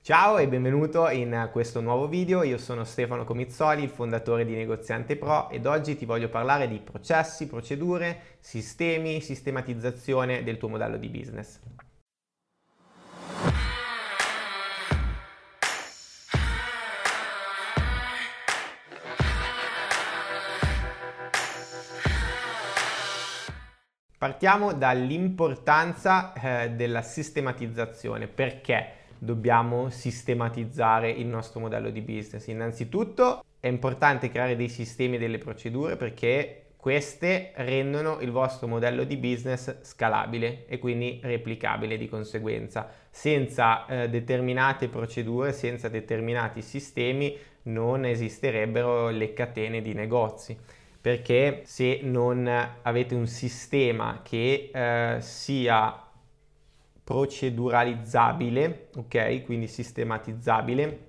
Ciao e benvenuto in questo nuovo video, io sono Stefano Comizzoli, il fondatore di Negoziante Pro ed oggi ti voglio parlare di processi, procedure, sistemi, sistematizzazione del tuo modello di business. Partiamo dall'importanza della sistematizzazione. Perché dobbiamo sistematizzare il nostro modello di business? Innanzitutto è importante creare dei sistemi e delle procedure perché queste rendono il vostro modello di business scalabile e quindi replicabile di conseguenza. Senza determinate procedure, senza determinati sistemi non esisterebbero le catene di negozi. Perché se non avete un sistema che sia proceduralizzabile, ok? Quindi sistematizzabile,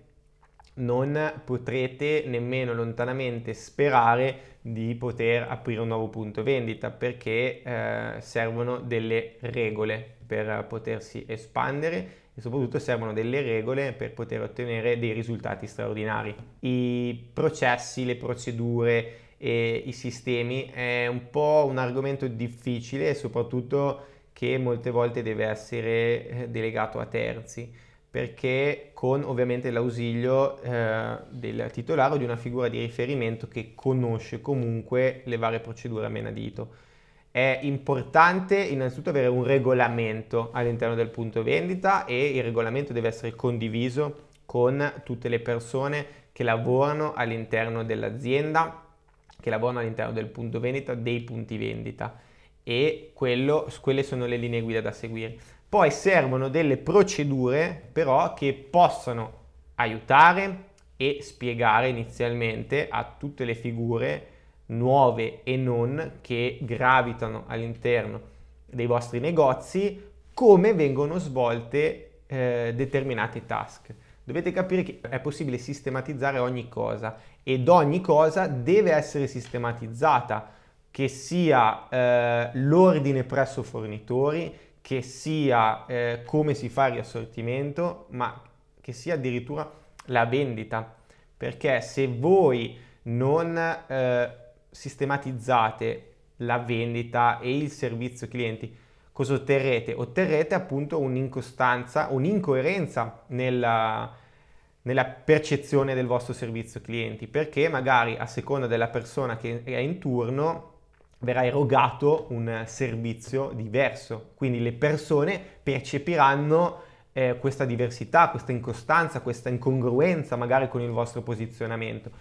non potrete nemmeno lontanamente sperare di poter aprire un nuovo punto vendita perché servono delle regole per potersi espandere e soprattutto servono delle regole per poter ottenere dei risultati straordinari. I processi, le procedure e i sistemi è un po' un argomento difficile e soprattutto che molte volte deve essere delegato a terzi perché con ovviamente l'ausilio del titolare o di una figura di riferimento che conosce comunque le varie procedure a menadito. È importante innanzitutto avere un regolamento all'interno del punto vendita e il regolamento deve essere condiviso con tutte le persone che lavorano all'interno dell'azienda, che lavorano all'interno del punto vendita, dei punti vendita e quelle sono le linee guida da seguire. Poi servono delle procedure però che possano aiutare e spiegare inizialmente a tutte le figure nuove e non che gravitano all'interno dei vostri negozi come vengono svolte determinate task. Dovete capire che è possibile sistematizzare ogni cosa ed ogni cosa deve essere sistematizzata, che sia l'ordine presso fornitori, che sia come si fa il riassortimento, ma che sia addirittura la vendita. Perché se voi non sistematizzate la vendita e il servizio clienti, cosa otterrete? Otterrete appunto un'incostanza, un'incoerenza nella percezione del vostro servizio clienti, perché magari a seconda della persona che è in turno verrà erogato un servizio diverso, quindi le persone percepiranno questa diversità, questa incostanza, questa incongruenza magari con il vostro posizionamento.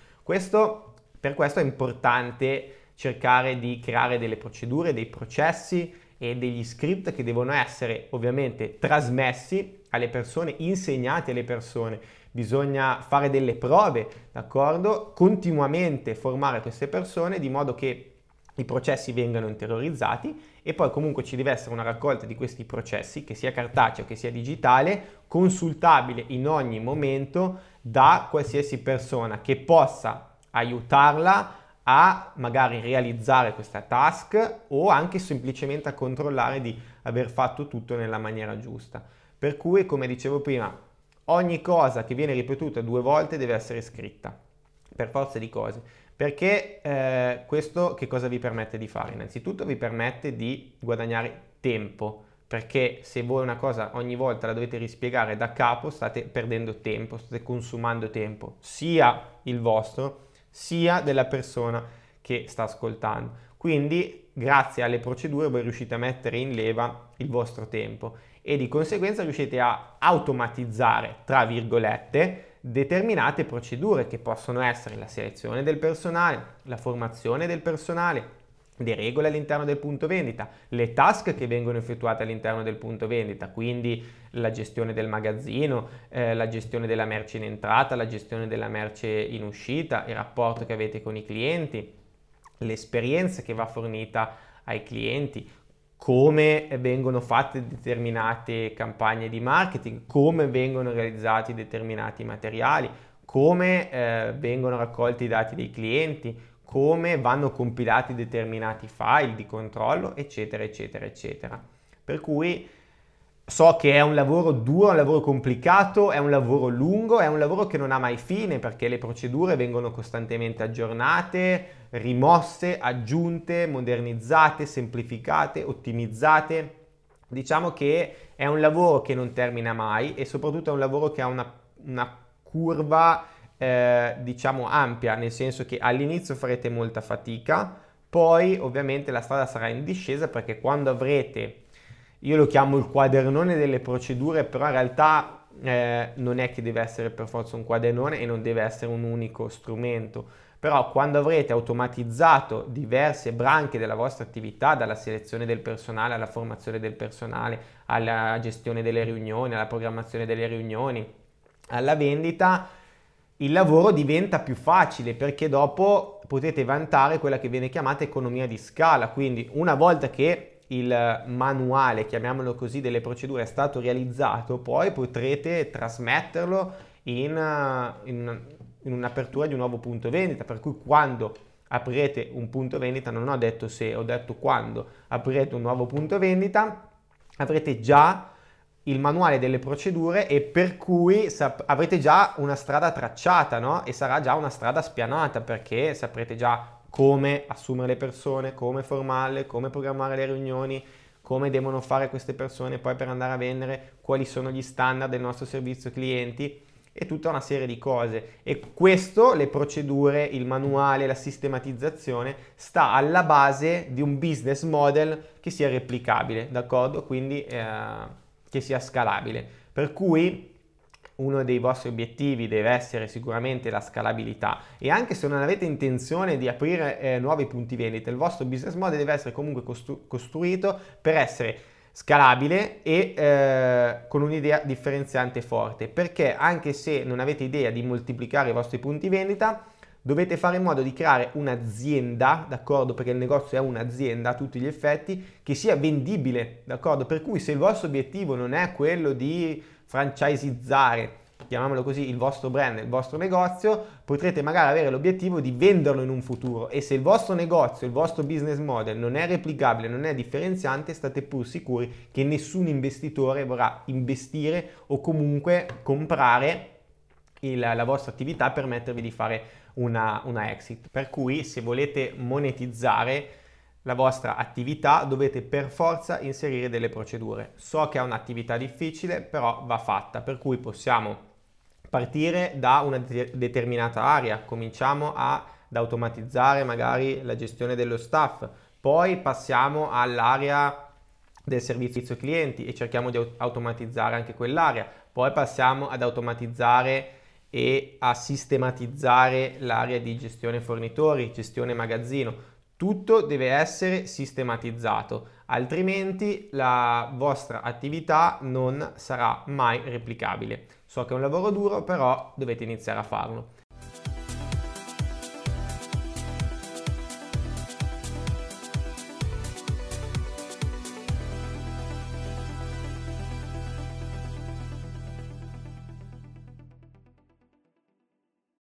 Per questo è importante cercare di creare delle procedure, dei processi e degli script che devono essere ovviamente trasmessi alle persone, insegnati alle persone. Bisogna fare delle prove, d'accordo? Continuamente formare queste persone di modo che i processi vengano interiorizzati e poi comunque ci deve essere una raccolta di questi processi, che sia cartaceo che sia digitale, consultabile in ogni momento da qualsiasi persona che possa aiutarla a magari realizzare questa task o anche semplicemente a controllare di aver fatto tutto nella maniera giusta. Per cui, come dicevo prima, ogni cosa che viene ripetuta 2 volte deve essere scritta, per forza di cose. Perché questo che cosa vi permette di fare? Innanzitutto vi permette di guadagnare tempo, perché se voi una cosa ogni volta la dovete rispiegare da capo state perdendo tempo, state consumando tempo, sia il vostro sia della persona che sta ascoltando. Quindi grazie alle procedure voi riuscite a mettere in leva il vostro tempo e di conseguenza riuscite a automatizzare, tra virgolette, determinate procedure che possono essere la selezione del personale, la formazione del personale, le regole all'interno del punto vendita, le task che vengono effettuate all'interno del punto vendita, quindi la gestione del magazzino, la gestione della merce in entrata, la gestione della merce in uscita, il rapporto che avete con i clienti, l'esperienza che va fornita ai clienti, come vengono fatte determinate campagne di marketing, come vengono realizzati determinati materiali, come vengono raccolti i dati dei clienti, come vanno compilati determinati file di controllo, eccetera, eccetera, eccetera. Per cui So che è un lavoro duro, è un lavoro complicato, è un lavoro lungo, è un lavoro che non ha mai fine perché le procedure vengono costantemente aggiornate, rimosse, aggiunte, modernizzate, semplificate, ottimizzate. Diciamo che è un lavoro che non termina mai e soprattutto è un lavoro che ha una curva, diciamo, ampia, nel senso che all'inizio farete molta fatica, poi ovviamente la strada sarà in discesa perché quando avrete, io lo chiamo il quadernone delle procedure, però in realtà non è che deve essere per forza un quadernone e non deve essere un unico strumento. Però quando avrete automatizzato diverse branche della vostra attività, dalla selezione del personale alla formazione del personale, alla gestione delle riunioni, alla programmazione delle riunioni, alla vendita, il lavoro diventa più facile perché dopo potete vantare quella che viene chiamata economia di scala. Quindi una volta che il manuale, chiamiamolo così, delle procedure è stato realizzato, poi potrete trasmetterlo in un'apertura di un nuovo punto vendita, per cui quando aprirete un punto vendita, non ho detto se, ho detto quando aprirete un nuovo punto vendita, avrete già il manuale delle procedure e per cui avrete già una strada tracciata, no? E sarà già una strada spianata perché saprete già come assumere le persone, come formarle, come programmare le riunioni, come devono fare queste persone poi per andare a vendere, quali sono gli standard del nostro servizio clienti e tutta una serie di cose. E questo, le procedure, il manuale, la sistematizzazione, sta alla base di un business model che sia replicabile, d'accordo? Quindi che sia scalabile. Per cui uno dei vostri obiettivi deve essere sicuramente la scalabilità e anche se non avete intenzione di aprire nuovi punti vendita, il vostro business model deve essere comunque costruito per essere scalabile e con un'idea differenziante forte, perché anche se non avete idea di moltiplicare i vostri punti vendita, dovete fare in modo di creare un'azienda, d'accordo? Perché il negozio è un'azienda a tutti gli effetti, che sia vendibile, d'accordo? Per cui se il vostro obiettivo non è quello di franchiseizzare, chiamiamolo così, il vostro brand, il vostro negozio, potrete magari avere l'obiettivo di venderlo in un futuro e se il vostro negozio, il vostro business model non è replicabile, non è differenziante, state pur sicuri che nessun investitore vorrà investire o comunque comprare la vostra attività per permettervi di fare una exit. Per cui se volete monetizzare la vostra attività dovete per forza inserire delle procedure. So che è un'attività difficile, però va fatta, per cui possiamo partire da una determinata area, cominciamo ad automatizzare magari la gestione dello staff, poi passiamo all'area del servizio clienti e cerchiamo di automatizzare anche quell'area, poi passiamo ad automatizzare e a sistematizzare l'area di gestione fornitori, gestione magazzino. Tutto deve essere sistematizzato, altrimenti la vostra attività non sarà mai replicabile. So che è un lavoro duro, però dovete iniziare a farlo.